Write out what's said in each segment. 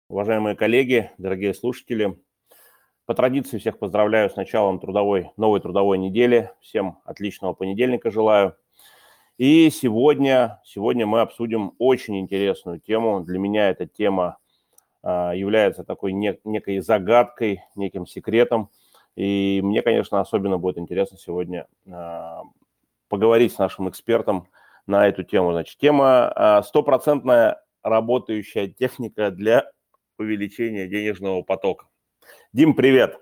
Уважаемые коллеги, дорогие слушатели, по традиции всех поздравляю с началом новой трудовой недели. Всем отличного понедельника желаю. И сегодня мы обсудим очень интересную тему. Для меня эта тема является такой некой загадкой, неким секретом. И мне, конечно, особенно будет интересно сегодня поговорить с нашим экспертом на эту тему. Значит, тема «Стопроцентная работающая техника для увеличения денежного потока». Дим, привет.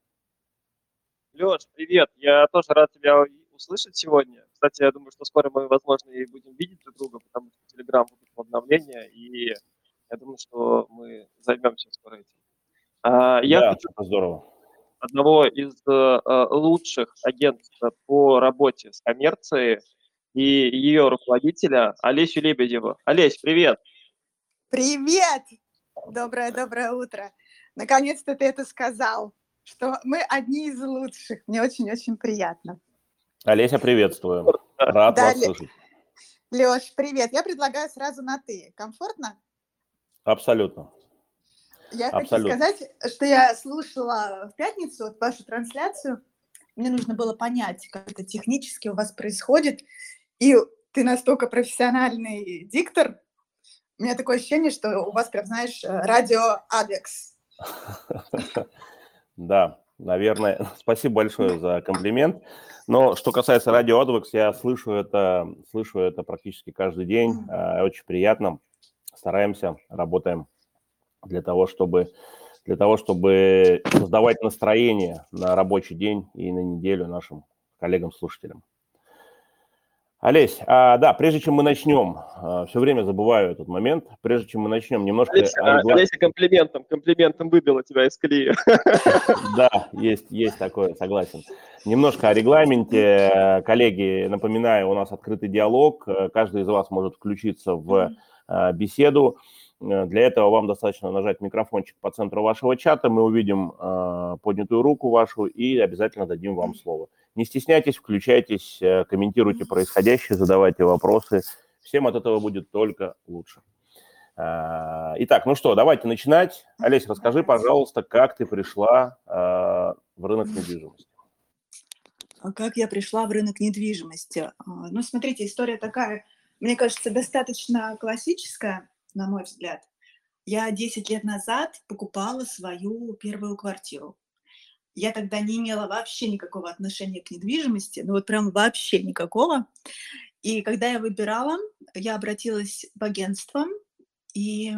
Леш, привет. Я тоже рад тебя услышать сегодня. Кстати, я думаю, что скоро мы, возможно, и будем видеть друг друга, потому что в Telegram будут обновления, и я думаю, что мы займемся скоро этим. Я Да, хочу это здорово. одного из лучших агентств по работе с коммерцией и ее руководителя Олесю Лебедеву. Олесь, привет. Привет! Доброе утро. Наконец-то ты это сказал, что мы одни из лучших. Мне очень-очень приятно. Олеся, приветствую. Рад Да, вас слышать. Лёш, привет. Я предлагаю сразу на «ты». Комфортно? Абсолютно. Я хочу сказать, что я слушала в пятницу вашу трансляцию. Мне нужно было понять, как это технически у вас происходит. И ты настолько профессиональный диктор. У меня такое ощущение, что у вас прям, знаешь, радио Адекс. Да, наверное. Спасибо большое за комплимент. Но что касается радио Адекс, я слышу это практически каждый день. Очень приятно. Стараемся, работаем для того, чтобы создавать настроение на рабочий день и на неделю нашим коллегам-слушателям. Олесь, да, прежде чем мы начнем, все время забываю этот момент, прежде чем мы начнем, немножко... Олеся комплиментом выбила тебя из колеи. Да, есть такое, согласен. Немножко о регламенте. Коллеги, напоминаю, у нас открытый диалог, каждый из вас может включиться в беседу. Для этого вам достаточно нажать микрофончик по центру вашего чата, мы увидим поднятую руку вашу и обязательно дадим вам слово. Не стесняйтесь, включайтесь, комментируйте происходящее, задавайте вопросы. Всем от этого будет только лучше. Итак, ну что, давайте начинать. Олесь, расскажи, пожалуйста, как ты пришла в рынок недвижимости. Как я пришла в рынок недвижимости? Ну, смотрите, история такая, мне кажется, достаточно классическая, на мой взгляд. Я 10 лет назад покупала свою первую квартиру. Я тогда не имела вообще никакого отношения к недвижимости, ну вот прям вообще никакого. И когда я выбирала, я обратилась в агентство, и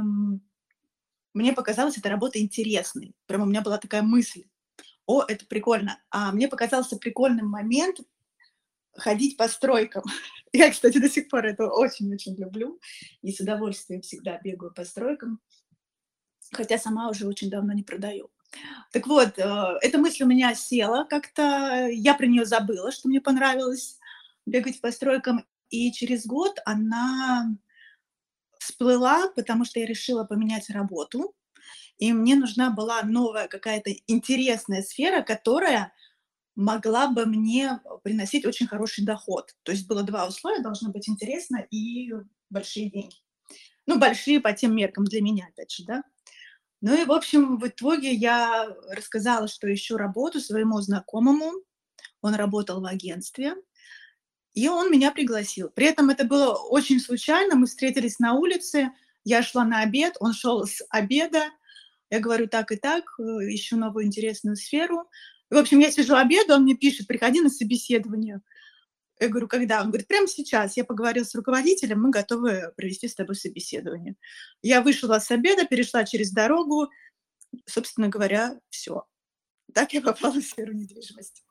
мне показалась эта работа интересной. Прям у меня была такая мысль: о, это прикольно. А мне показался прикольным момент ходить по стройкам. Я, кстати, до сих пор это очень-очень люблю. И с удовольствием всегда бегаю по стройкам. Хотя сама уже очень давно не продаю. Так вот, эта мысль у меня села как-то. Я про нее забыла, что мне понравилось бегать по стройкам. И через год она всплыла, потому что я решила поменять работу. И мне нужна была новая какая-то интересная сфера, которая могла бы мне приносить очень хороший доход. То есть было два условия: должно быть интересно и большие деньги. Ну, большие по тем меркам для меня, опять же, да. Ну и, в общем, в итоге я рассказала, что ищу работу своему знакомому. Он работал в агентстве, и он меня пригласил. При этом это было очень случайно. Мы встретились на улице, я шла на обед, он шел с обеда. Я говорю: так и так, ищу новую интересную сферу. В общем, я сижу обеду, он мне пишет: приходи на собеседование. Я говорю: когда? Он говорит: прямо сейчас. Я поговорил с руководителем, мы готовы провести с тобой собеседование. Я вышла с обеда, перешла через дорогу, собственно говоря, все. Так я попала в сферу недвижимости.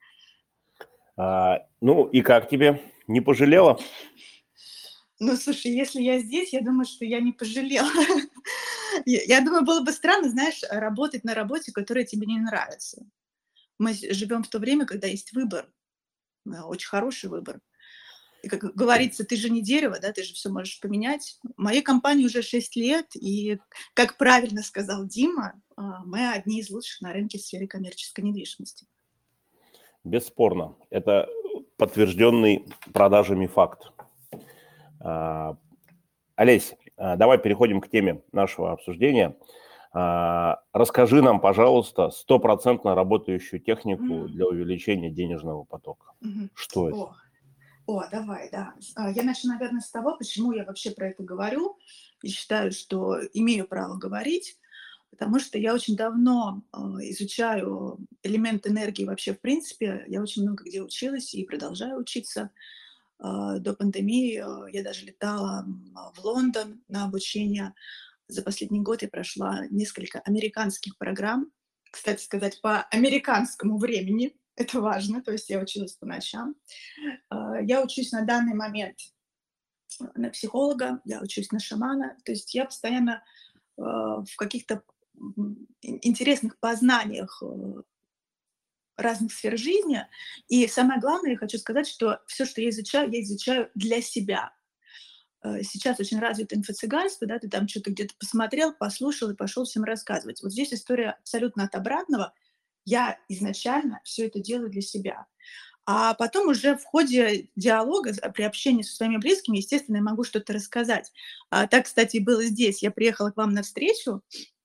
Ну и как тебе? Не пожалела? Ну, слушай, если я здесь, я думаю, что я не пожалела. Я думаю, было бы странно, знаешь, работать на работе, которая тебе не нравится. Мы живем в то время, когда есть выбор, очень хороший выбор. И, как говорится, ты же не дерево, да, ты же все можешь поменять. Моей компании уже 6 лет, и, как правильно сказал Дима, мы одни из лучших на рынке в сфере коммерческой недвижимости. Бесспорно. Это подтвержденный продажами факт. Олесь, давай переходим к теме нашего обсуждения. Расскажи нам, пожалуйста, стопроцентно работающую технику для увеличения денежного потока. Что это? Давай, да. Я начну, наверное, с того, почему я вообще про это говорю и считаю, что имею право говорить, потому что я очень давно изучаю элемент энергии вообще в принципе. Я очень много где училась и продолжаю учиться. До пандемии я даже летала в Лондон на обучение. За последний год я прошла несколько американских программ. Кстати сказать, по американскому времени. Это важно, то есть я училась по ночам. Я учусь на данный момент на психолога, я учусь на шамана. То есть я постоянно в каких-то интересных познаниях разных сфер жизни. И самое главное, я хочу сказать, что все, что я изучаю для себя. Сейчас очень развито инфо-цыганство, да, ты там что-то где-то посмотрел, послушал и пошел всем рассказывать. Вот здесь история абсолютно от обратного. Я изначально все это делаю для себя. А потом уже в ходе диалога, при общении со своими близкими, естественно, я могу что-то рассказать. Так, кстати, и было здесь. Я приехала к вам навстречу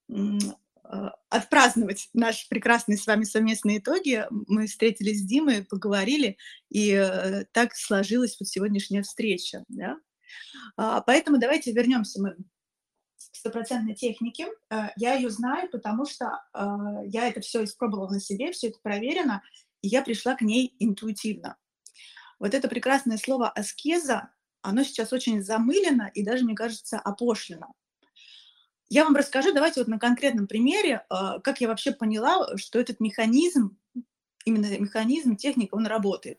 отпраздновать наши прекрасные с вами совместные итоги. Мы встретились с Димой, поговорили, и так сложилась вот сегодняшняя встреча. Да? Поэтому давайте вернемся мы к стопроцентной технике. Я ее знаю, потому что я это все испробовала на себе, все это проверено, и я пришла к ней интуитивно. Вот это прекрасное слово «аскеза», оно сейчас очень замылено и даже, мне кажется, опошлено. Я вам расскажу, давайте вот на конкретном примере, как я вообще поняла, что этот механизм, именно механизм, техника, он работает.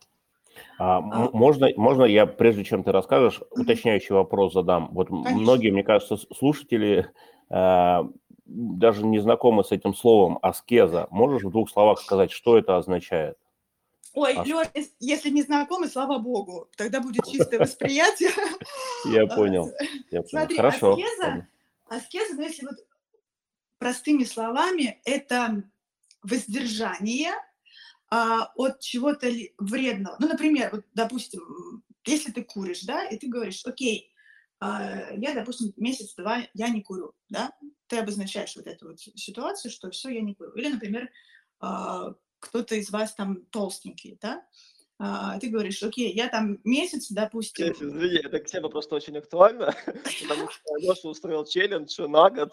Можно я, прежде чем ты расскажешь, уточняющий вопрос задам? Вот Конечно. Многие, мне кажется, слушатели даже не знакомы с этим словом аскеза. Можешь в 2 словах сказать, что это означает? Ой, Лёш, если не знакомы, слава богу, тогда будет чистое восприятие. Я понял. Смотри, Хорошо. аскеза, ну, если вот простыми словами, это воздержание от чего-то вредного. Ну, например, вот, допустим, если ты куришь, да, и ты говоришь: окей, я, допустим, месяц-два я не курю, да, ты обозначаешь вот эту вот ситуацию, что все, я не курю. Или, например, кто-то из вас там толстенький, да, ты говоришь: окей, я там месяц, допустим... Извини, эта тема просто очень актуальна, потому что Леша устроил челлендж на год.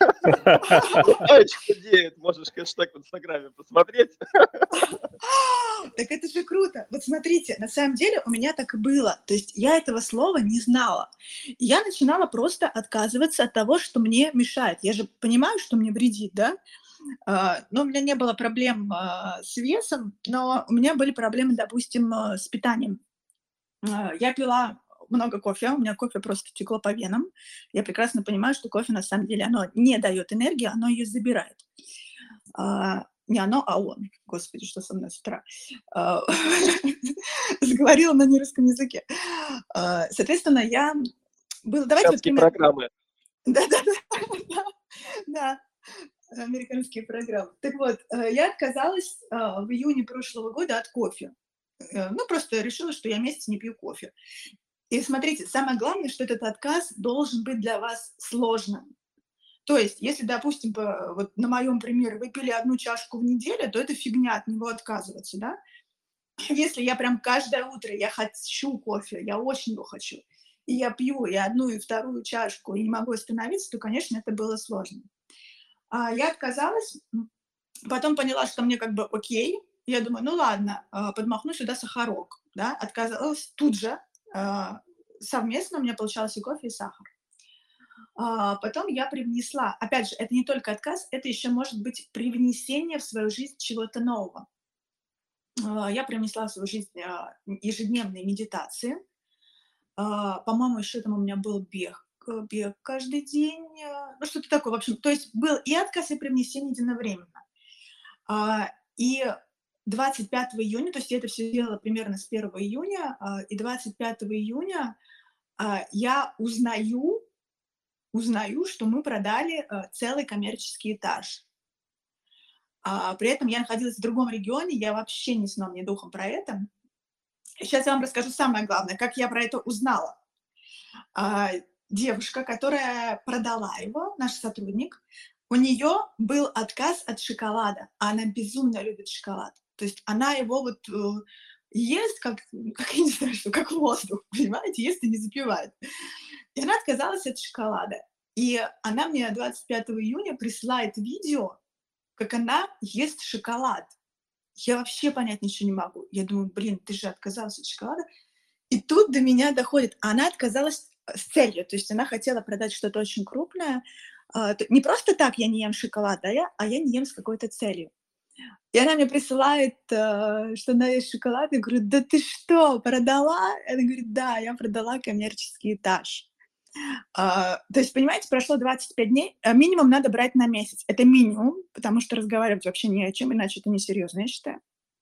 Худеет, можешь хэштег в Инстаграме посмотреть. Так это же круто. Вот смотрите, на самом деле у меня так и было. То есть я этого слова не знала. И я начинала просто отказываться от того, что мне мешает. Я же понимаю, что мне вредит, да? Но у меня не было проблем с весом, но у меня были проблемы, допустим, с питанием. Я пила много кофе, у меня кофе просто текло по венам. Я прекрасно понимаю, что кофе на самом деле оно не дает энергии, оно ее забирает. Не оно, а он. Господи, что со мной с утра? Заговорила на нерусском языке. Соответственно, я была... Давайте вот пример... программы. Да, американские программы. Так вот, я отказалась в июне прошлого года от кофе. Ну, просто решила, что я месяц не пью кофе. И смотрите, самое главное, что этот отказ должен быть для вас сложным. То есть, если, допустим, вот на моем примере вы пили 1 чашку в неделю, то это фигня от него отказываться, да? Если я прям каждое утро, я хочу кофе, я очень его хочу, и я пью и 1, и 2 чашку, и не могу остановиться, то, конечно, это было сложно. Я отказалась, потом поняла, что мне как бы окей. Я думаю, ну ладно, подмахну сюда сахарок, да? Отказалась тут же, совместно у меня получалось и кофе, и сахар. Потом я привнесла, опять же, это не только отказ, это еще может быть привнесение в свою жизнь чего-то нового. Я привнесла в свою жизнь ежедневные медитации. По-моему, еще там у меня был бег каждый день, ну что-то такое, в общем. То есть был и отказ, и привнесение единовременно. И 25 июня, то есть я это все делала примерно с 1 июня, и 25 июня я узнаю, что мы продали целый коммерческий этаж. При этом я находилась в другом регионе, я вообще ни сном, ни духом про это. Сейчас я вам расскажу самое главное, как я про это узнала. Девушка, которая продала его, наш сотрудник, у нее был отказ от шоколада, а она безумно любит шоколад. То есть она его вот ест, как я не знаю, что, как воздух, понимаете, ест и не запивает. И она отказалась от шоколада. И она мне 25 июня присылает видео, как она ест шоколад. Я вообще понять ничего не могу. Я думаю, блин, ты же отказалась от шоколада. И тут до меня доходит. Она отказалась с целью. То есть она хотела продать что-то очень крупное. Не просто так я не ем шоколад, а я не ем с какой-то целью. И она мне присылает, что она ест шоколад. Я говорю, да ты что, продала? Она говорит, да, я продала коммерческий этаж. То есть, понимаете, прошло 25 дней, минимум надо брать на месяц. Это минимум, потому что разговаривать вообще не о чем, иначе это несерьезно, я считаю.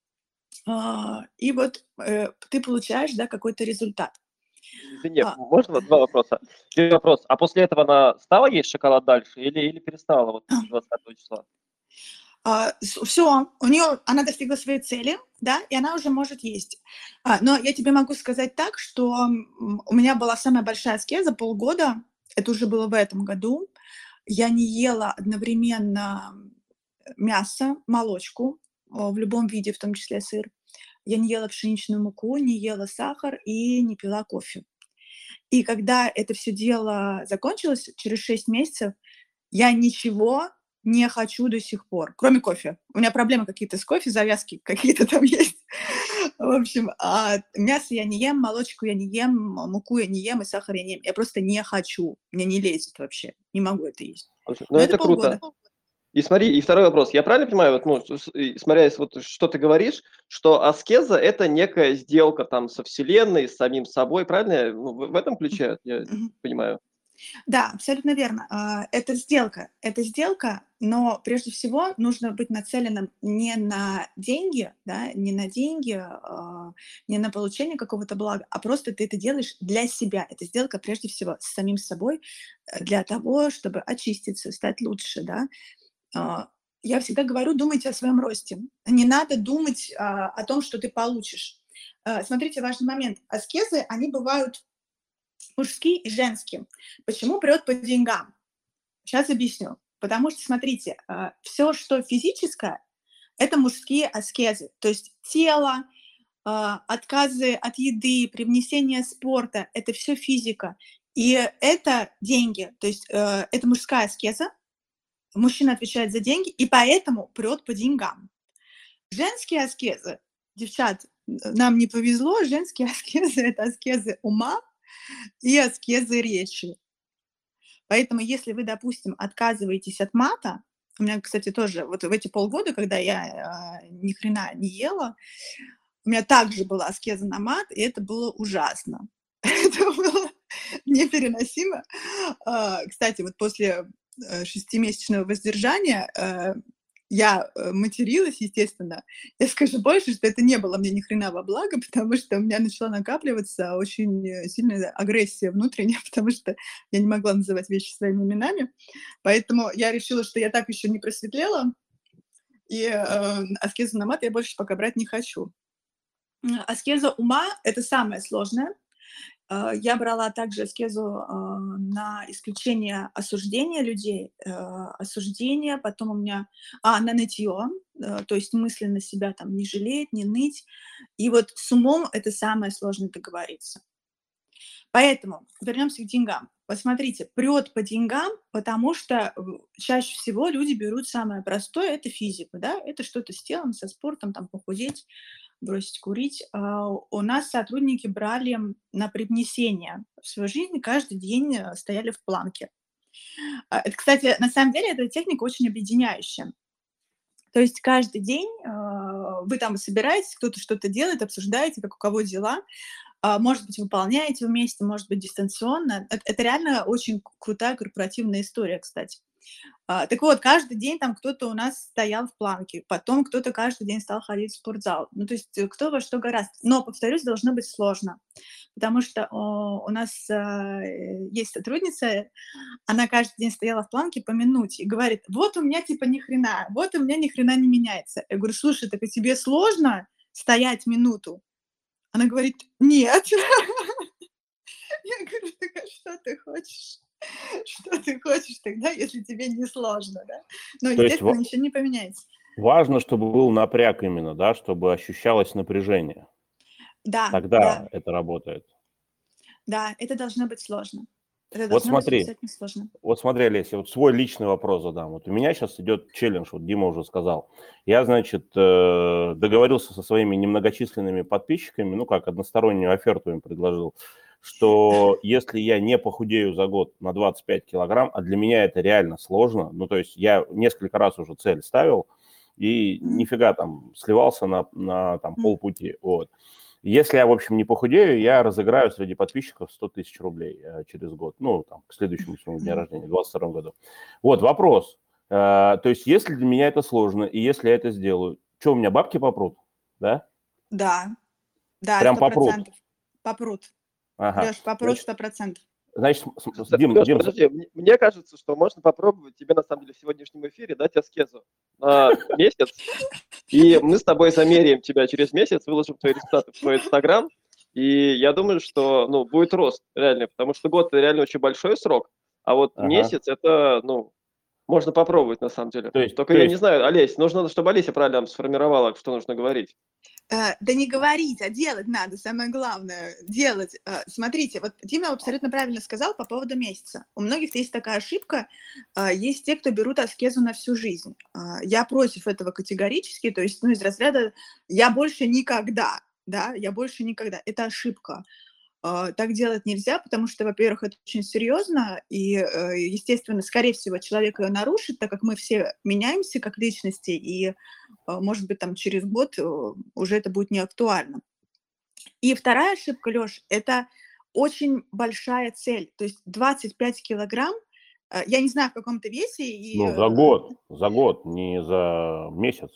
И вот ты получаешь, да, какой-то результат. Извини, можно два вопроса? Первый вопрос. А после этого она стала есть шоколад дальше или перестала вот после 20 числа? Все, она достигла своей цели, да, и она уже может есть. Но я тебе могу сказать так, что у меня была самая большая аскеза полгода, это уже было в этом году. Я не ела одновременно мясо, молочку в любом виде, в том числе сыр. Я не ела пшеничную муку, не ела сахар и не пила кофе. И когда это все дело закончилось, через 6 месяцев, я ничего не хочу до сих пор, кроме кофе. У меня проблемы какие-то с кофе, завязки какие-то там есть. В общем, мясо я не ем, молочку я не ем, муку я не ем и сахар я не ем. Я просто не хочу. Мне не лезет вообще. Не могу это есть. Ну, это круто. И смотри, и второй вопрос. Я правильно понимаю, смотря вот, что ты говоришь, что аскеза – это некая сделка там со Вселенной, с самим собой, правильно? В этом ключе я понимаю. Да, абсолютно верно. Это сделка, но прежде всего нужно быть нацеленным не на деньги, да, не на получение какого-то блага, а просто ты это делаешь для себя. Это сделка прежде всего с самим собой для того, чтобы очиститься, стать лучше, да. Я всегда говорю, думайте о своем росте. Не надо думать о том, что ты получишь. Смотрите, важный момент. Аскезы, они бывают мужские и женские. Почему прет по деньгам? Сейчас объясню. Потому что, смотрите, все, что физическое, это мужские аскезы. То есть тело, отказы от еды, привнесение спорта, это все физика. И это деньги. То есть это мужская аскеза. Мужчина отвечает за деньги, и поэтому прет по деньгам. Женские аскезы, девчат, нам не повезло, женские аскезы – это аскезы ума и аскезы речи. Поэтому если вы, допустим, отказываетесь от мата, у меня, кстати, тоже вот в эти полгода, когда я ни хрена не ела, у меня также была аскеза на мат, и это было ужасно. Это было непереносимо. Кстати, вот после 6-месячного воздержания я материлась, естественно. Я скажу больше, что это не было мне ни хрена во благо, потому что у меня начала накапливаться очень сильная агрессия внутренняя, потому что я не могла называть вещи своими именами. Поэтому я решила, что я так еще не просветлела, и аскезу на мат я больше пока брать не хочу. Аскеза ума – это самое сложное. Я брала также аскезу на исключение осуждения людей, осуждения, потом у меня на нытье, то есть мысленно себя там не жалеть, не ныть. И вот с умом это самое сложное договориться. Поэтому вернемся к деньгам. Посмотрите, прет по деньгам, потому что чаще всего люди берут самое простое – это физику, да, это что-то с телом, со спортом, там похудеть, бросить курить. У нас сотрудники брали на привнесение в свою жизнь, каждый день стояли в планке. Это, кстати, на самом деле, эта техника очень объединяющая. То есть каждый день вы там собираетесь, кто-то что-то делает, обсуждаете, как у кого дела, может быть, выполняете вместе, может быть, дистанционно. Это реально очень крутая корпоративная история, кстати. Так вот, каждый день там кто-то у нас стоял в планке, потом кто-то каждый день стал ходить в спортзал. Ну, то есть кто во что гораздо. Но, повторюсь, должно быть сложно, потому что у нас есть сотрудница, она каждый день стояла в планке по минуте и говорит, вот у меня типа ни хрена, вот у меня ни хрена не меняется. Я говорю, слушай, так и тебе сложно стоять минуту? Она говорит, нет. Я говорю, так а что ты хочешь? что ты хочешь тогда, если тебе не сложно, да? Но, То есть естественно, ничего не поменяется. важно, чтобы был напряг именно, да, чтобы ощущалось напряжение. Да, да, Тогда это работает. да, это должно быть сложно. Это Вот должно быть смотри, обязательно сложно. Олесь, я вот свой личный вопрос задам. Вот у меня сейчас идет челлендж, вот Дима уже сказал. Я, значит, договорился со своими немногочисленными подписчиками, ну как, одностороннюю оферту им предложил, что если я не похудею за год на 25 килограмм, а для меня это реально сложно, ну то есть я несколько раз уже цель ставил и нифига там сливался на там, полпути, вот. Если я, в общем, не похудею, я разыграю среди подписчиков 100 тысяч рублей через год. Ну, там, к следующему своему дню рождения, в 2022 году. Вот, вопрос. То есть, если для меня это сложно, и если я это сделаю, что, у меня бабки попрут? Да? Да, да, Прям попрут? 100%. Попрут. Ага. Леш, попрут 100%. Значит, Дим, Дим, подожди, мне кажется, что можно попробовать тебе, на самом деле, в сегодняшнем эфире дать аскезу на месяц, и мы с тобой замеряем тебя через месяц, выложим твои результаты в твой Инстаграм, и я думаю, что, будет рост, реально, потому что год – это реально очень большой срок, а вот месяц – это, можно попробовать, на самом деле. Только я не знаю, Олесь, нужно, чтобы Олеся правильно сформировала, что нужно говорить. Да не говорить, а делать надо, самое главное, делать. Смотрите, вот Дима абсолютно правильно сказал по поводу месяца. У многих есть такая ошибка, есть те, кто берут аскезу на всю жизнь. Я против этого категорически, то есть, из разряда «я больше никогда», да, «я больше никогда». Это ошибка. Так делать нельзя, потому что, во-первых, это очень серьезно, и, естественно, скорее всего, человек ее нарушит, так как мы все меняемся как личности, и, может быть, там через год уже это будет не актуально. И вторая ошибка, Лёш, это очень большая цель, то есть 25 килограмм, я не знаю, в каком ты весе. И, за год, не за месяц.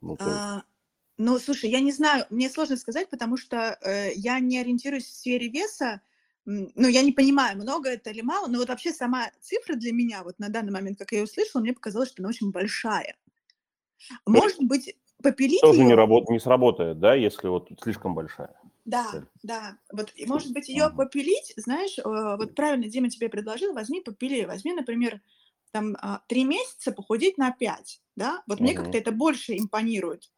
слушай, я не знаю, мне сложно сказать, потому что я не ориентируюсь в сфере веса, я не понимаю, много это или мало, но вот вообще сама цифра для меня, вот на данный момент, как я ее услышала, мне показалось, что она очень большая. Может быть, попилить тоже ее? не сработает, да, если вот слишком большая. Да. Вот, может быть, ее попилить, знаешь, вот правильно Дима тебе предложил, возьми, например, там 3 месяца похудеть на 5, да, вот мне как-то это больше импонирует.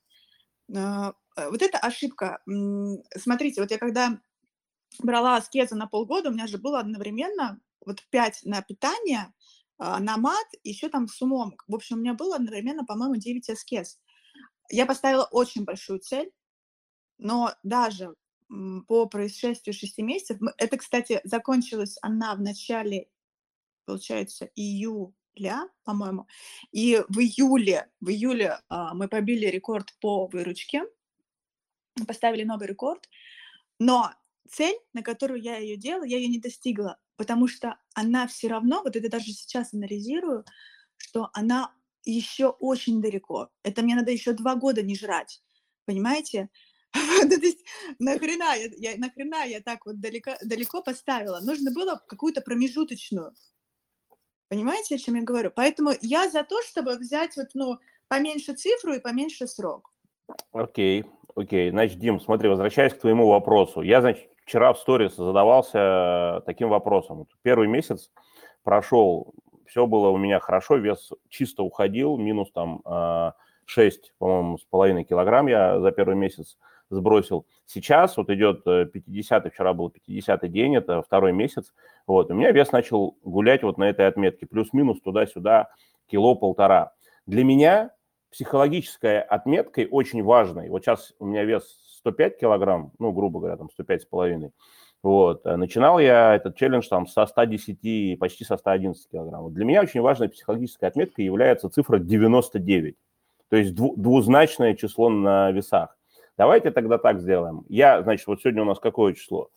Вот эта ошибка. Смотрите, вот я когда брала аскезу на полгода, у меня же было одновременно вот 5 на питание, на мат, еще там с умом. В общем, у меня было одновременно, по-моему, 9 аскез. Я поставила очень большую цель, но даже по происшествию 6 месяцев, это, кстати, закончилась она в начале, получается, июля, по-моему, и в июле мы побили рекорд по выручке, поставили новый рекорд, но цель, на которую я ее делала, я ее не достигла, потому что она все равно, вот это даже сейчас анализирую, что она еще очень далеко. Это мне надо еще 2 года не жрать, понимаете? То есть нахрена я так вот далеко поставила? Нужно было какую-то промежуточную. Понимаете, о чем я говорю? Поэтому я за то, чтобы взять поменьше цифру и поменьше срок. Окей. Значит, Дим, смотри, возвращаясь к твоему вопросу. Я, значит, вчера в сторис задавался таким вопросом. Первый месяц прошел, все было у меня хорошо, вес чисто уходил, минус там 6, по-моему, с половиной килограмм я за первый месяц сбросил. Сейчас вот идет 50-й, вчера был 50-й день, это второй месяц. Вот, у меня вес начал гулять вот на этой отметке, плюс-минус туда-сюда кило-полтора. Для меня психологической отметкой очень важной, вот сейчас у меня вес 105 килограмм, грубо говоря, там 105,5. Вот. Начинал я этот челлендж там со 110, почти со 111 килограмм. Вот для меня очень важной психологической отметкой является цифра 99, то есть двузначное число на весах. Давайте тогда так сделаем. Значит, вот сегодня у нас какое число?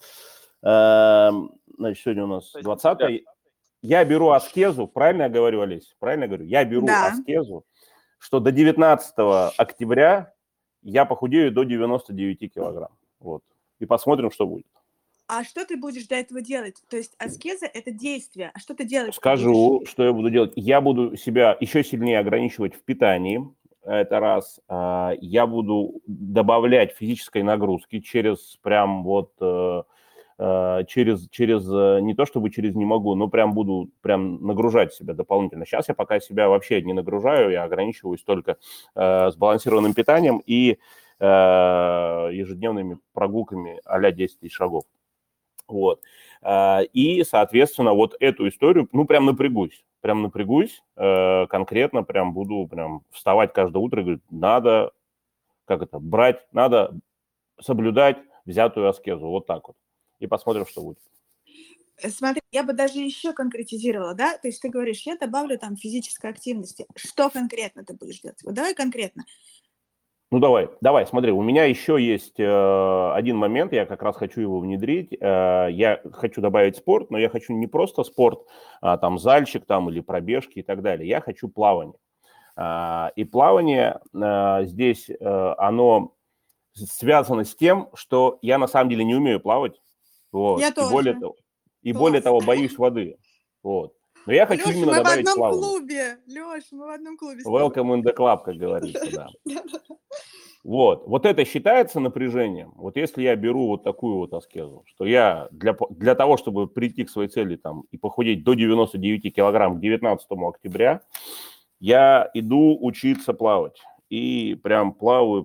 Значит, сегодня у нас 20. Я беру аскезу, правильно я говорю, Олесь? Правильно я говорю? Я беру аскезу, что до 19 октября я похудею до 99 килограмм. Вот. И посмотрим, что будет. А что ты будешь до этого делать? То есть аскеза – это действие. А что ты делать Скажу, что я буду делать. Я буду себя еще сильнее ограничивать в питании. Это раз. Я буду добавлять физической нагрузки через прям вот не то чтобы через не могу, но прям буду прям нагружать себя дополнительно. Сейчас я пока себя вообще не нагружаю, я ограничиваюсь только сбалансированным питанием и ежедневными прогулками а-ля 10 тысяч шагов. Вот. И, соответственно, вот эту историю, ну, прям напрягусь, конкретно прям буду прям вставать каждое утро и говорить, надо, брать, надо соблюдать взятую аскезу, вот так вот. И посмотрим, что будет. Смотри, я бы даже еще конкретизировала, да, то есть ты говоришь, я добавлю там физической активности. Что конкретно ты будешь делать? Вот давай конкретно. Ну, давай, смотри, у меня еще есть один момент, я как раз хочу его внедрить. Я хочу добавить спорт, но я хочу не просто спорт, там зальчик там или пробежки и так далее. Я хочу плавание. И плавание здесь, оно связано с тем, что я на самом деле не умею плавать. Вот. Я тоже. Более того, боюсь воды. Вот. Но я хочу именно добавить плавание. Леш, мы в одном клубе. Welcome in the club, как говорится, да. Вот это считается напряжением. Вот если я беру вот такую вот аскезу, что я для того, чтобы прийти к своей цели там и похудеть до 99 килограмм к 19 октября, я иду учиться плавать. И прям плаваю.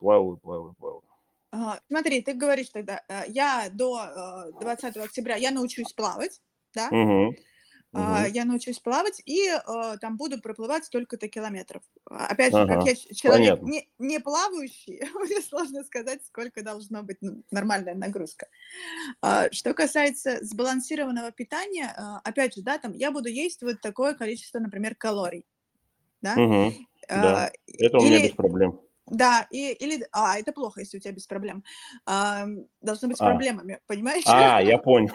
Смотри, ты говоришь тогда, я до 20 октября я научусь плавать, да? Я научусь плавать и там буду проплывать столько-то километров. Опять же, как я человек не плавающий, мне сложно сказать, сколько должно быть нормальная нагрузка. Что касается сбалансированного питания, опять же, да, там я буду есть вот такое количество, например, калорий. Да? Да, это у меня без проблем. Да, это плохо, если у тебя без проблем. Должно быть с проблемами, понимаешь? Я понял.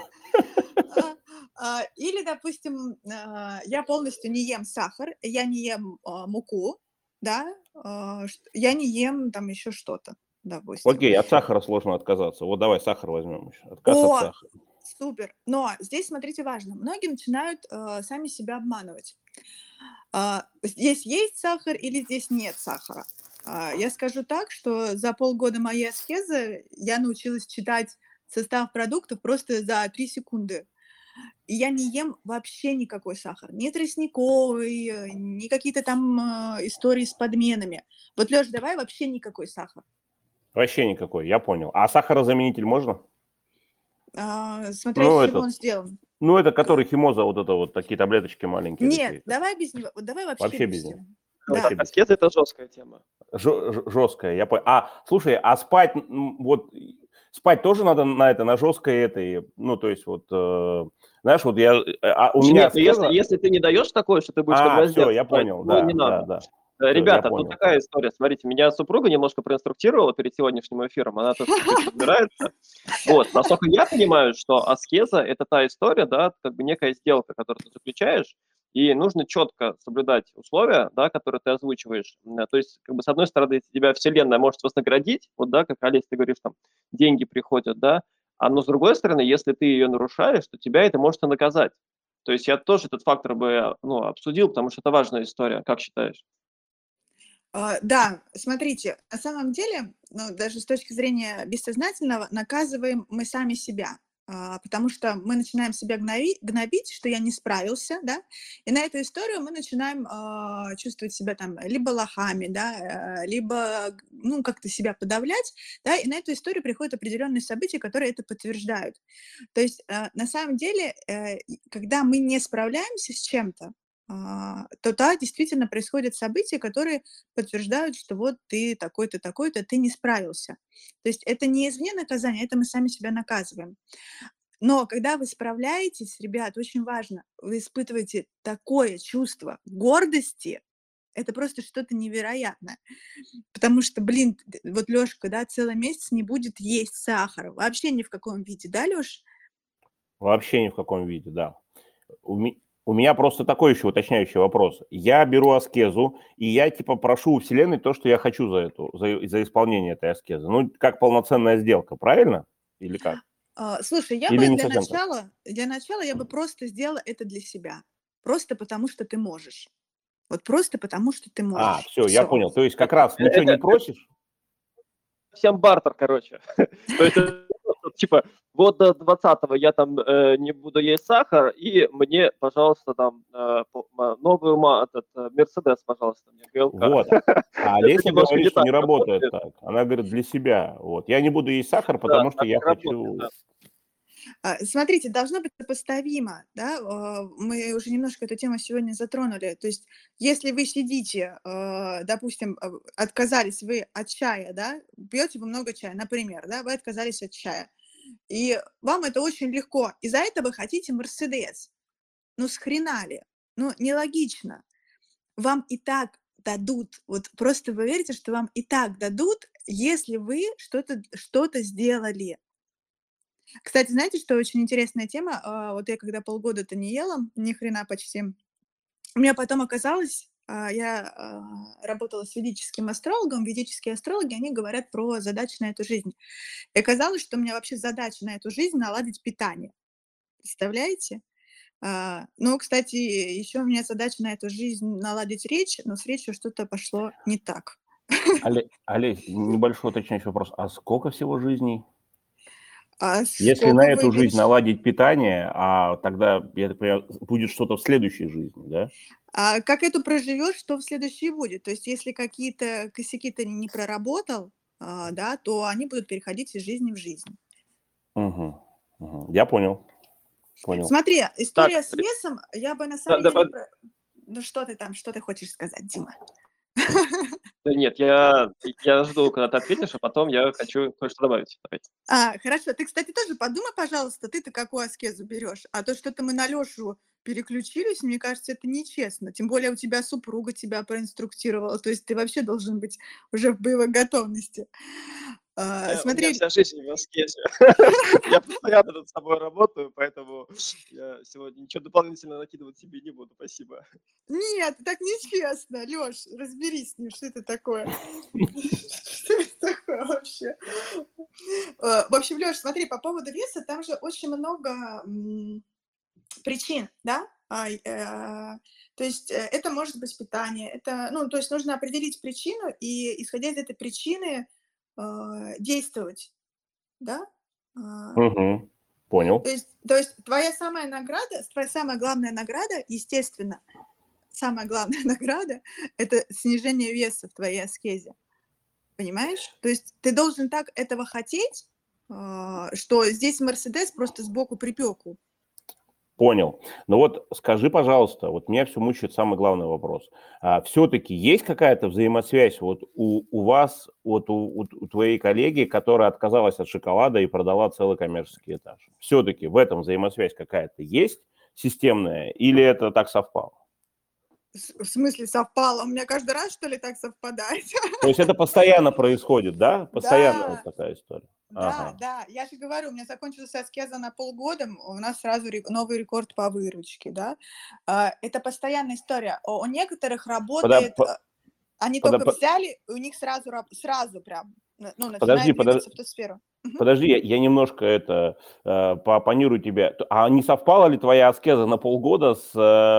Или, допустим, я полностью не ем сахар, я не ем муку, да, я не ем там еще что-то, допустим. Окей, от сахара сложно отказаться. Вот давай сахар возьмем еще. Отказ от сахара. Супер. Но здесь, смотрите, важно. Многие начинают сами себя обманывать. Здесь есть сахар или здесь нет сахара. Я скажу так, что за полгода моей аскезы я научилась читать состав продуктов просто за 3 секунды. И я не ем вообще никакой сахар. Ни тростниковый, ни какие-то там истории с подменами. Вот, Лёш, давай вообще никакой сахар. Вообще никакой, я понял. А сахарозаменитель можно? Смотря из чего он сделан. Ну, это который химоза, вот это вот такие таблеточки маленькие. Нет, такие. Давай без него. Давай вообще без него. Да. Аскеза – это жесткая тема. Жесткая, я понял. Слушай, спать, вот спать тоже надо на жесткой этой, ну, то есть вот, знаешь, вот я, у меня... Если ты не даешь такое, что ты будешь все, я понял, да, не надо. Да. Ребята, тут такая история. Смотрите, меня супруга немножко проинструктировала перед сегодняшним эфиром. Она тоже разбирается. Вот, насколько я понимаю, что аскеза – это та история, да, как бы некая сделка, которую ты заключаешь, и нужно четко соблюдать условия, да, которые ты озвучиваешь. То есть, как бы, с одной стороны, тебя вселенная может вознаградить, вот, да, как, Олесь, ты говоришь, там, деньги приходят, да, но с другой стороны, если ты ее нарушаешь, то тебя это может и наказать. То есть я тоже этот фактор бы, обсудил, потому что это важная история. Как считаешь? Да, смотрите, на самом деле, даже с точки зрения бессознательного, наказываем мы сами себя, потому что мы начинаем себя гнобить, что я не справился, да, и на эту историю мы начинаем чувствовать себя там либо лохами, да, либо, как-то себя подавлять, да, и на эту историю приходят определенные события, которые это подтверждают. То есть, на самом деле, когда мы не справляемся с чем-то, то да, действительно происходят события, которые подтверждают, что вот ты такой-то, такой-то, ты не справился. То есть это не извне наказания, это мы сами себя наказываем. Но когда вы справляетесь, ребят, очень важно, вы испытываете такое чувство гордости, это просто что-то невероятное. Потому что, вот Лёшка, да, целый месяц не будет есть сахар. Вообще ни в каком виде, да, Лёш? Вообще ни в каком виде, да. У меня просто такой еще уточняющий вопрос. Я беру аскезу, и я типа прошу у Вселенной то, что я хочу за исполнение этой аскезы. Ну, как полноценная сделка, правильно? Или как? Слушай, я бы для начала я бы просто сделала это для себя. Просто потому, что ты можешь. Вот просто потому, что ты можешь. Все, я понял. То есть как раз ничего не просишь? Всем бартер, короче. То есть типа, вот до 20-го я там не буду есть сахар, и мне, пожалуйста, там новый Мерседес, пожалуйста, мне ГЛК. Вот. А Это Олеся немножко говорит, не что так не работает работает. так. Она говорит для себя. Вот. Я не буду есть сахар, Да, потому что так я не работает, хочу... да. Смотрите, должно быть сопоставимо, да, мы уже немножко эту тему сегодня затронули. То есть, если вы сидите, допустим, отказались вы от чая, да, пьете вы много чая, например, да, вы отказались от чая, и вам это очень легко, из-за этого хотите Мерседес. Ну, с хрена ли? Ну, нелогично. Вам и так дадут, вот просто вы верите, что вам и так дадут, если вы что-то сделали. Кстати, знаете, что очень интересная тема? Вот я когда полгода-то не ела, ни хрена почти, у меня потом оказалось, я работала с ведическим астрологом, ведические астрологи, они говорят про задачи на эту жизнь. И оказалось, что у меня вообще задача на эту жизнь наладить питание. Представляете? Ну, кстати, еще у меня задача на эту жизнь наладить речь, но с речью что-то пошло не так. Олесь, небольшой уточняющий вопрос. А сколько всего жизней? Если Сколько на вы эту жизнь меньше... наладить питание, а тогда, я так понимаю, будет что-то в следующей жизни, да? Как эту проживешь, что в следующей будет. То есть если какие-то косяки ты не проработал, да, то они будут переходить из жизни в жизнь. Угу. Я понял. Смотри, Так, история с весом, я бы на самом деле... Ну что ты там, что ты хочешь сказать, Дима? да нет, я жду, когда ты ответишь, а потом я хочу кое-что добавить. Давайте. Хорошо. Ты, кстати, тоже подумай, пожалуйста, ты-то какую аскезу берешь? А то что-то мы на Лёшу переключились, мне кажется, это нечестно. Тем более у тебя супруга тебя проинструктировала. То есть ты вообще должен быть уже в боевой готовности. У меня Смотри, вся жизнь в аскезе. Я постоянно над собой работаю, поэтому я сегодня ничего дополнительно накидывать себе не буду. Спасибо. нет, так нечестно. Лёш, разберись с ним, что это такое. Что это такое вообще? В общем, Лёш, смотри, по поводу веса, там же очень много причин, да? То есть это может быть питание, это, ну, то есть нужно определить причину и, исходя из этой причины, действовать, да? Угу. Понял. То есть твоя самая главная награда, естественно, самая главная награда – это снижение веса в твоей аскезе. Понимаешь? То есть ты должен так этого хотеть, что здесь Мерседес просто сбоку припеку. Понял. Ну вот скажи, пожалуйста, вот меня все мучает самый главный вопрос. Все-таки есть какая-то взаимосвязь вот у вас, вот у твоей коллеги, которая отказалась от шоколада и продала целый коммерческий этаж? Все-таки в этом взаимосвязь какая-то есть системная или это так совпало? В смысле совпало? У меня каждый раз, что ли, так совпадает? То есть это постоянно происходит, да? Постоянно вот Да, такая история. да, Ага. да. Я же говорю, у меня закончилась аскеза на полгода, у нас сразу новый рекорд по выручке, да. Это постоянная история. У некоторых Пода- работает, по- они пода- только по- взяли, и у них сразу прям, ну, Подожди, начинает двигаться в ту сферу. подожди, я немножко поопонирую тебе. А не совпала ли твоя аскеза на полгода с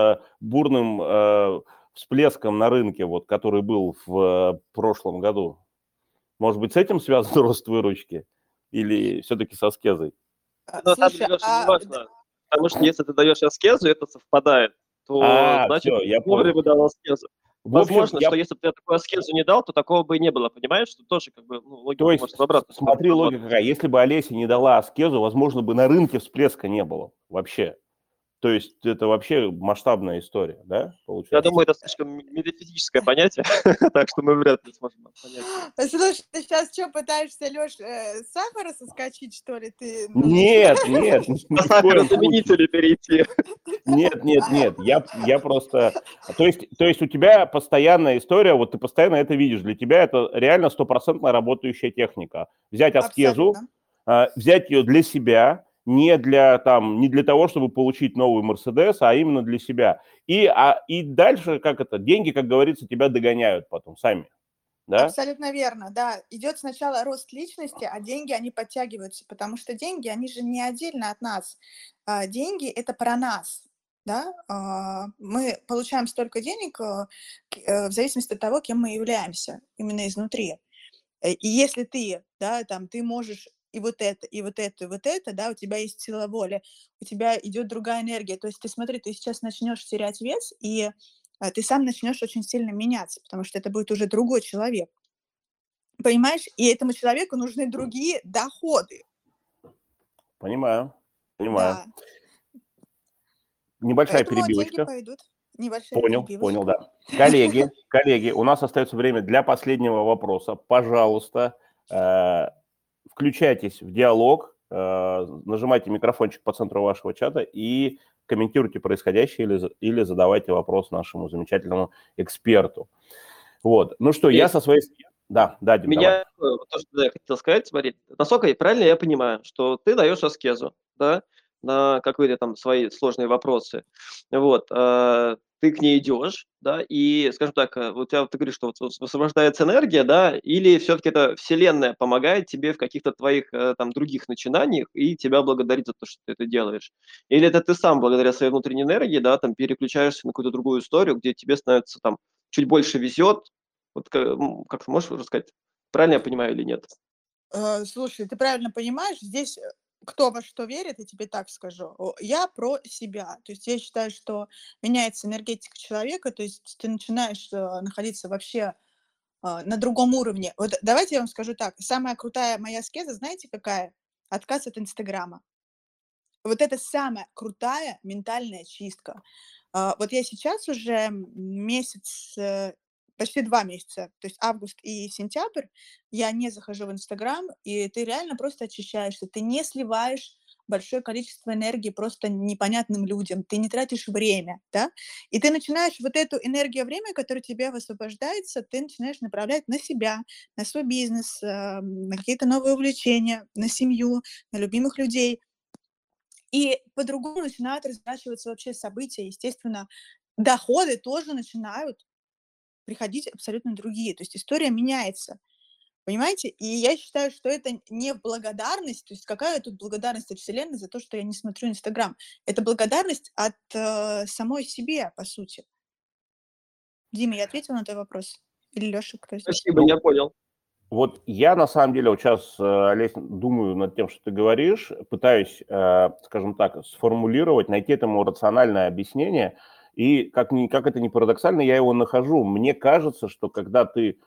бурным всплеском на рынке, вот, который был в прошлом году? Может быть, с этим связан рост выручки? Или все-таки с аскезой? Но на самом деле, Слушай, Леша, не важно. Потому что если ты даешь аскезу, и это совпадает, то значит Все, ты я понял. вовремя дал аскезу. В общем, Возможно, что если бы ты такую аскезу не дал, то такого бы и не было, понимаешь? Что тоже как бы логика то есть, может в обратную сторону смотри, работать. логика какая. Если бы Олеся не дала аскезу, возможно, бы на рынке всплеска не было вообще. То есть это вообще масштабная история, да, получается? Я думаю, это слишком метафизическое понятие, так что мы вряд ли сможем понять. Слушай, ты сейчас что, пытаешься, Лёш, с сахара соскочить, что ли? Ты, Нет, нет, ни На в коем случае. сахарозаменители перейти. Нет. Я просто... То есть у тебя постоянная история, вот ты постоянно это видишь. Для тебя это реально стопроцентно работающая техника. Взять аскезу, Абсолютно. взять ее для себя, не для того, чтобы получить новый Мерседес, а именно для себя. И дальше, деньги, как говорится, тебя догоняют потом сами. Да? Абсолютно верно, да. Идет сначала рост личности, а деньги, они подтягиваются, потому что деньги, они же не отдельно от нас. Деньги – это про нас. Да? Мы получаем столько денег в зависимости от того, кем мы являемся, именно изнутри. И если ты, да, там, ты можешь и вот это, и вот это, и вот это, да, у тебя есть сила воли, у тебя идет другая энергия. То есть ты смотри, ты сейчас начнешь терять вес, и ты сам начнешь очень сильно меняться, потому что это будет уже другой человек. Понимаешь? И этому человеку нужны другие доходы. Понимаю, понимаю. Да. Небольшая Поэтому деньги перебивочка. пойдут. Небольшая Понял, перебивочка. да. Коллеги, у нас остается время для последнего вопроса. Пожалуйста, включайтесь в диалог, нажимайте микрофончик по центру вашего чата и комментируйте происходящее или задавайте вопрос нашему замечательному эксперту. Вот. Ну что, я со своей... Да, Дим, давай. Вот то, что я хотел сказать, смотри, насколько правильно я понимаю, что ты даешь аскезу, да, на какие-то там свои сложные вопросы, вот, ты к ней идешь, да, и, скажем так, у тебя, ты говоришь, что вот высвобождается энергия, да, или все-таки это Вселенная помогает тебе в каких-то твоих там других начинаниях и тебя благодарит за то, что ты это делаешь, или это ты сам благодаря своей внутренней энергии, да, там переключаешься на какую-то другую историю, где тебе становится там чуть больше везет, вот как ты можешь рассказать, правильно я понимаю или нет? Слушай, ты правильно понимаешь, здесь кто во что верит, я тебе так скажу. Я про себя. То есть я считаю, что меняется энергетика человека, то есть ты начинаешь находиться вообще на другом уровне. Вот давайте я вам скажу так. Самая крутая моя аскеза, знаете, какая? Отказ от Инстаграма. Вот это самая крутая ментальная чистка. Вот я сейчас уже месяц, почти 2 месяца, то есть август и сентябрь, я не захожу в Инстаграм, и ты реально просто очищаешься. Ты не сливаешь большое количество энергии просто непонятным людям, ты не тратишь время, да, и ты начинаешь вот эту энергию, время, которое тебе высвобождается, ты начинаешь направлять на себя, на свой бизнес, на какие-то новые увлечения, на семью, на любимых людей. И по-другому начинают разворачиваться вообще события. Естественно, доходы тоже начинают приходить абсолютно другие. То есть история меняется. Понимаете? И я считаю, что это не благодарность. То есть какая тут благодарность от Вселенной за то, что я не смотрю Инстаграм? Это благодарность от самой себе, по сути. Дима, я ответила на твой вопрос? Или Леша, кто здесь? Спасибо, я понял. Вот я на самом деле вот сейчас, Олесь, думаю над тем, что ты говоришь, пытаюсь, скажем так, сформулировать, найти этому рациональное объяснение, и как это ни парадоксально, я его нахожу. Мне кажется, что когда ты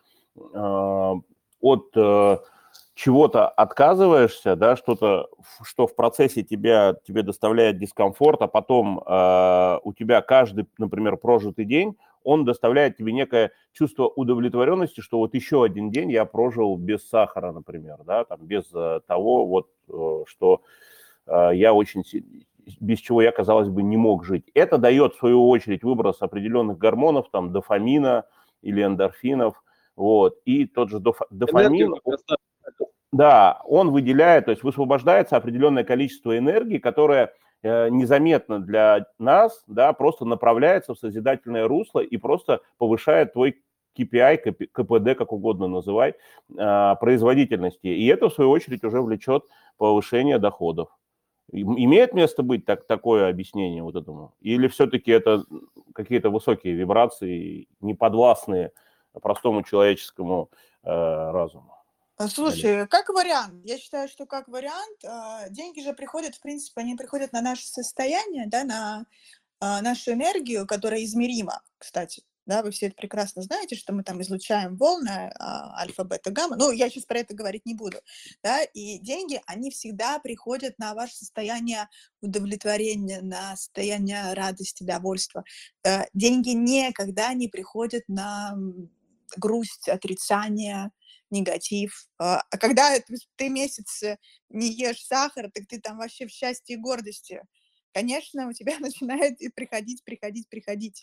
от чего-то отказываешься, да, что-то, что в процессе тебе доставляет дискомфорт, а потом у тебя каждый, например, прожитый день, он доставляет тебе некое чувство удовлетворенности, что вот еще один день я прожил без сахара, например, да, там, без того, вот, что я очень, без чего я, казалось бы, не мог жить. Это дает, в свою очередь, выброс определенных гормонов, там, дофамина или эндорфинов, вот, и тот же дофамин, да, он выделяет, то есть высвобождается определенное количество энергии, которое незаметно для нас, да, просто направляется в созидательное русло и просто повышает твой KPI, КПД, как угодно называй, производительности. И это, в свою очередь, уже влечет повышение доходов. Имеет место быть такое объяснение вот этому? Или все-таки это какие-то высокие вибрации, неподвластные простому человеческому разуму? Слушай, как вариант, я считаю, что как вариант, деньги же приходят, в принципе, они приходят на наше состояние, да, на нашу энергию, которая измерима, кстати. Да, вы все это прекрасно знаете, что мы там излучаем волны альфа, бета, гамма. Ну, я сейчас про это говорить не буду. Да, и деньги, они всегда приходят на ваше состояние удовлетворения, на состояние радости, довольства. Деньги никогда не приходят на грусть, отрицание, негатив. А когда ты месяц не ешь сахар, так ты там вообще в счастье и гордости. Конечно, у тебя начинает и приходить.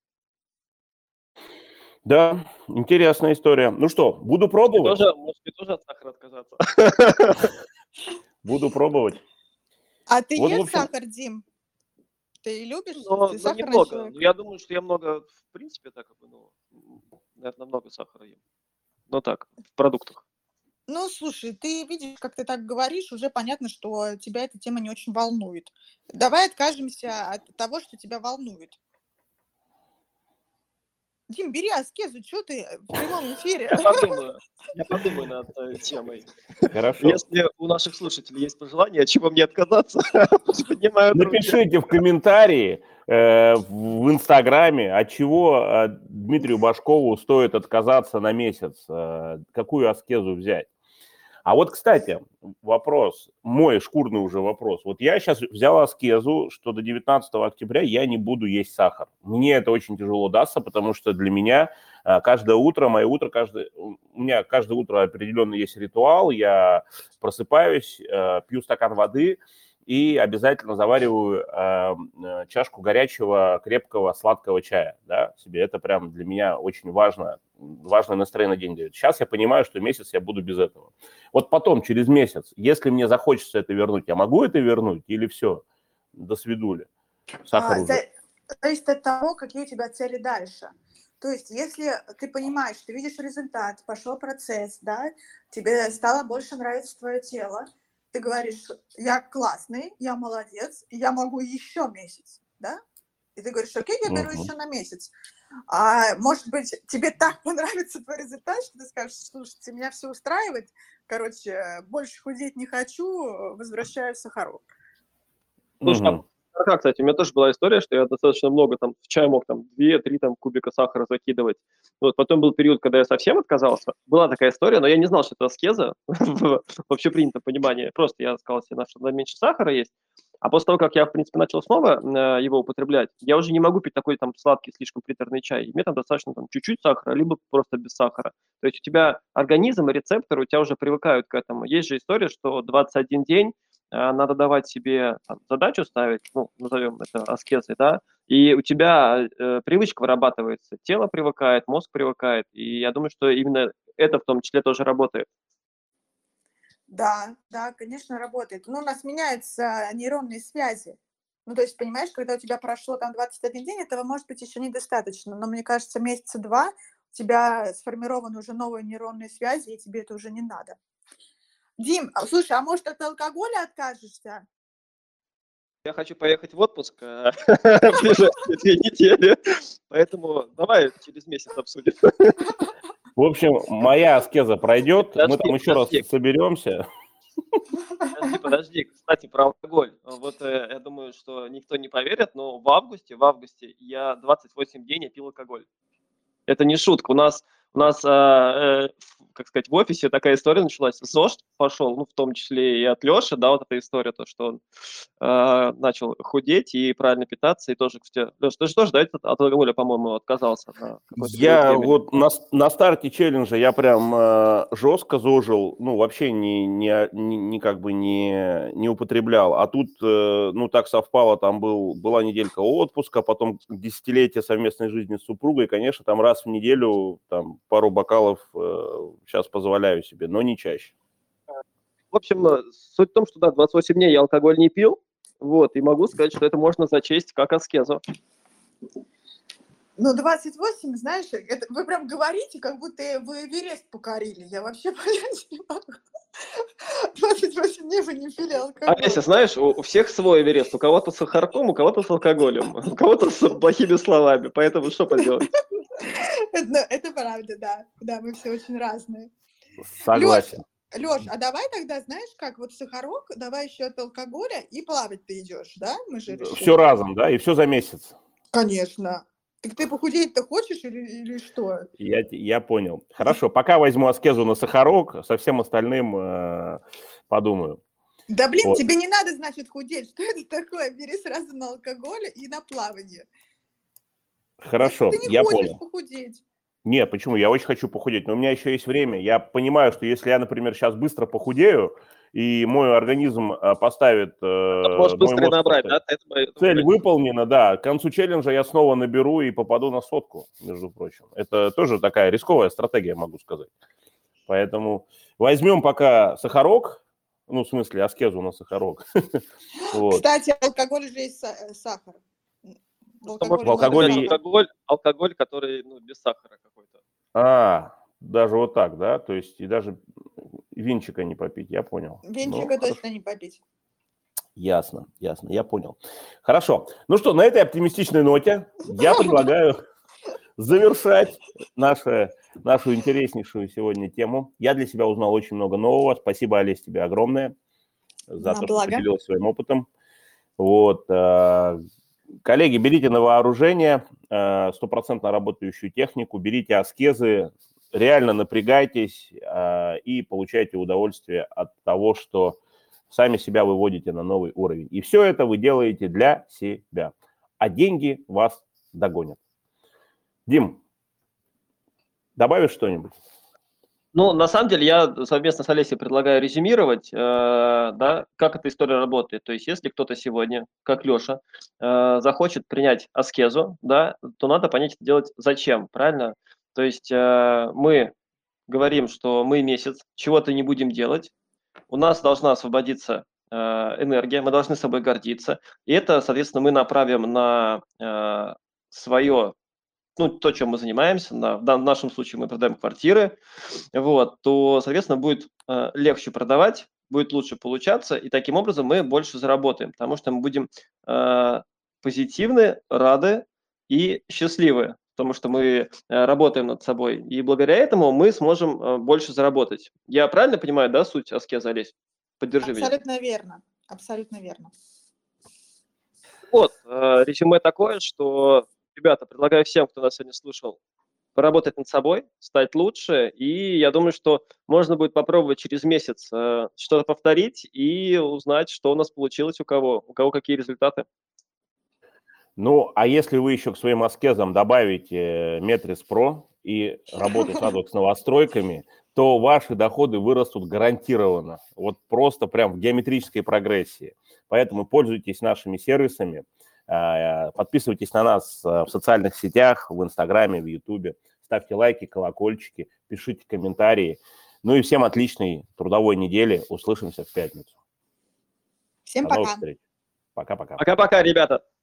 Да, интересная история. Ну что, буду пробовать. Может быть, тоже от сахара отказаться. Буду пробовать. А ты Вот, в ешь общем, сахар, Дим? Ты любишь? Но Ты сахарный немного. человек? Я думаю, что я много, в принципе, так как бы, наверное, много сахара ем. Но так, в продуктах. Ну, слушай, ты видишь, как ты так говоришь, уже понятно, что тебя эта тема не очень волнует. Давай откажемся от того, что тебя волнует. Дим, бери аскезу, что ты в прямом эфире? Я подумаю над темой. Хорошо. Если у наших слушателей есть пожелания, от чего мне отказаться, поднимаю руки. Напишите в комментарии в Инстаграме, от чего Дмитрию Башкову стоит отказаться на месяц, какую аскезу взять. А вот, кстати, вопрос, мой шкурный уже вопрос. Вот я сейчас взял аскезу, что до 19 октября я не буду есть сахар. Мне это очень тяжело дастся, потому что для меня каждое утро, у меня каждое утро определенно есть ритуал. Я просыпаюсь, пью стакан воды и обязательно завариваю чашку горячего, крепкого, сладкого чая, да, себе. Это прям для меня очень важное настроение на день дает. Сейчас я понимаю, что месяц я буду без этого. Вот потом, через месяц, если мне захочется это вернуть, я могу это вернуть или все? До свидули. Сахар уже. Зависит от того, какие у тебя цели дальше. То есть, если ты понимаешь, ты видишь результат, пошел процесс, да, тебе стало больше нравиться твое тело, ты говоришь, я классный, я молодец, я могу еще месяц, да? И ты говоришь, окей, я беру еще на месяц. А может быть, тебе так понравится твой результат, что ты скажешь, слушайте, меня все устраивает, короче, больше худеть не хочу, возвращаю сахарок. Слушай, кстати, у меня тоже была история, что я достаточно много там в чай мог там 2-3 там кубика сахара закидывать. Вот потом был период, когда я совсем отказался. Была такая история, но я не знал, что это аскеза в общепринятом понимании. Просто я сказал себе, что надо меньше сахара есть. А после того, как я, в принципе, начал снова его употреблять, я уже не могу пить такой там сладкий, слишком приторный чай. Мне там достаточно там чуть-чуть сахара, либо просто без сахара. То есть у тебя организм и рецепторы у тебя уже привыкают к этому. Есть же история, что 21 день надо давать себе там задачу ставить, ну, назовем это аскезой, да, и у тебя привычка вырабатывается, тело привыкает, мозг привыкает, и я думаю, что именно это в том числе тоже работает. Да, конечно, работает. Ну, у нас меняются нейронные связи. Ну, то есть, понимаешь, когда у тебя прошло там 21 день, этого может быть еще недостаточно. Но мне кажется, месяца 2 у тебя сформированы уже новые нейронные связи, и тебе это уже не надо. Дим, слушай, а может от алкоголя откажешься? Я хочу поехать в отпуск в ближайшие 2 недели, поэтому давай через месяц обсудим. В общем, моя аскеза пройдет, мы там еще раз соберемся. Подожди, кстати, про алкоголь. Вот я думаю, что никто не поверит, но в августе я 28 дней пил алкоголь. Это не шутка. У нас, как сказать, в офисе такая история началась. ЗОЖ пошел, ну, в том числе и от Леши, да, вот эта история, то, что он начал худеть и правильно питаться, и тоже, кстати, Леша, ты же тоже, да, от алкоголя, по-моему, отказался? Я вот на старте челленджа я прям жестко зожил, ну, вообще не как бы не употреблял, а тут, ну, так совпало, там была неделька отпуска, потом десятилетие совместной жизни с супругой, конечно, там раз в неделю там пару бокалов сейчас позволяю себе, но не чаще. В общем, суть в том, что, да, 28 дней я алкоголь не пил, вот, и могу сказать, что это можно зачесть как аскезу. Ну, 28, знаешь, это вы прям говорите, как будто вы Эверест покорили. Я вообще понять не могу. 28 дней вы не пили алкоголь. Олеся, знаешь, у всех свой Эверест. У кого-то с сахарком, у кого-то с алкоголем, у кого-то с плохими словами. Поэтому что поделать? Это правда, да. Да, мы все очень разные. Согласен. Лёш, а давай тогда, знаешь, как вот сахарок, давай еще от алкоголя и плавать ты идешь, да? Мы же решили. Все разом, да? И все за месяц. Конечно. Так ты похудеть-то хочешь или что? Я понял. Хорошо, пока возьму аскезу на сахарок, со всем остальным подумаю. Да блин, вот. Тебе не надо, значит, худеть. Что это такое? Бери сразу на алкоголь и на плавание. Хорошо, ты не я хочешь понял. Похудеть. Нет, почему? Я очень хочу похудеть, но у меня еще есть время. Я понимаю, что если я, например, сейчас быстро похудею, и мой организм поставит... Можешь быстро набрать, да? Цель выполнена, да. К концу челленджа я снова наберу и попаду на 100, между прочим. Это тоже такая рисковая стратегия, могу сказать. Поэтому возьмем пока сахарок, ну, в смысле, аскезу на сахарок. Кстати, алкоголь же есть сахар. Алкоголь, который без сахара какой-то. Даже вот так, да? То есть и даже винчика не попить, я понял. Винчика точно не попить. Ясно, я понял. Хорошо. Ну что, на этой оптимистичной ноте я предлагаю завершать нашу интереснейшую сегодня тему. Я для себя узнал очень много нового. Спасибо, Олесь, тебе огромное за то, что поделилась своим опытом. Вот. Коллеги, берите на вооружение стопроцентно работающую технику, берите аскезы, реально напрягайтесь и получайте удовольствие от того, что сами себя выводите на новый уровень. И все это вы делаете для себя. А деньги вас догонят. Дим, добавишь что-нибудь? Ну, на самом деле, я совместно с Олесей предлагаю резюмировать, да, как эта история работает. То есть, если кто-то сегодня, как Леша, захочет принять аскезу, да, то надо понять, это делать зачем, правильно? То есть, мы говорим, что мы месяц чего-то не будем делать, у нас должна освободиться энергия, мы должны собой гордиться, и это, соответственно, мы направим на свое, ну, то, чем мы занимаемся, в нашем случае мы продаем квартиры, вот, то, соответственно, будет легче продавать, будет лучше получаться, и таким образом мы больше заработаем, потому что мы будем позитивны, рады и счастливы, потому что мы работаем над собой, и благодаря этому мы сможем больше заработать. Я правильно понимаю, да, суть аскезы, Олесь? Поддержи меня. Абсолютно верно, абсолютно верно. Вот, резюме такое, что, ребята, предлагаю всем, кто нас сегодня слушал, поработать над собой, стать лучше, и я думаю, что можно будет попробовать через месяц что-то повторить и узнать, что у нас получилось у кого какие результаты. Ну, а если вы еще к своим аскезам добавите Метрис Про и работу сразу с новостройками, то ваши доходы вырастут гарантированно, вот просто прям в геометрической прогрессии. Поэтому пользуйтесь нашими сервисами, подписывайтесь на нас в социальных сетях, в Инстаграме, в Ютубе, ставьте лайки, колокольчики, пишите комментарии. Ну и всем отличной трудовой недели. Услышимся в пятницу. Всем До пока. новых встреч. Пока-пока. Пока-пока, ребята.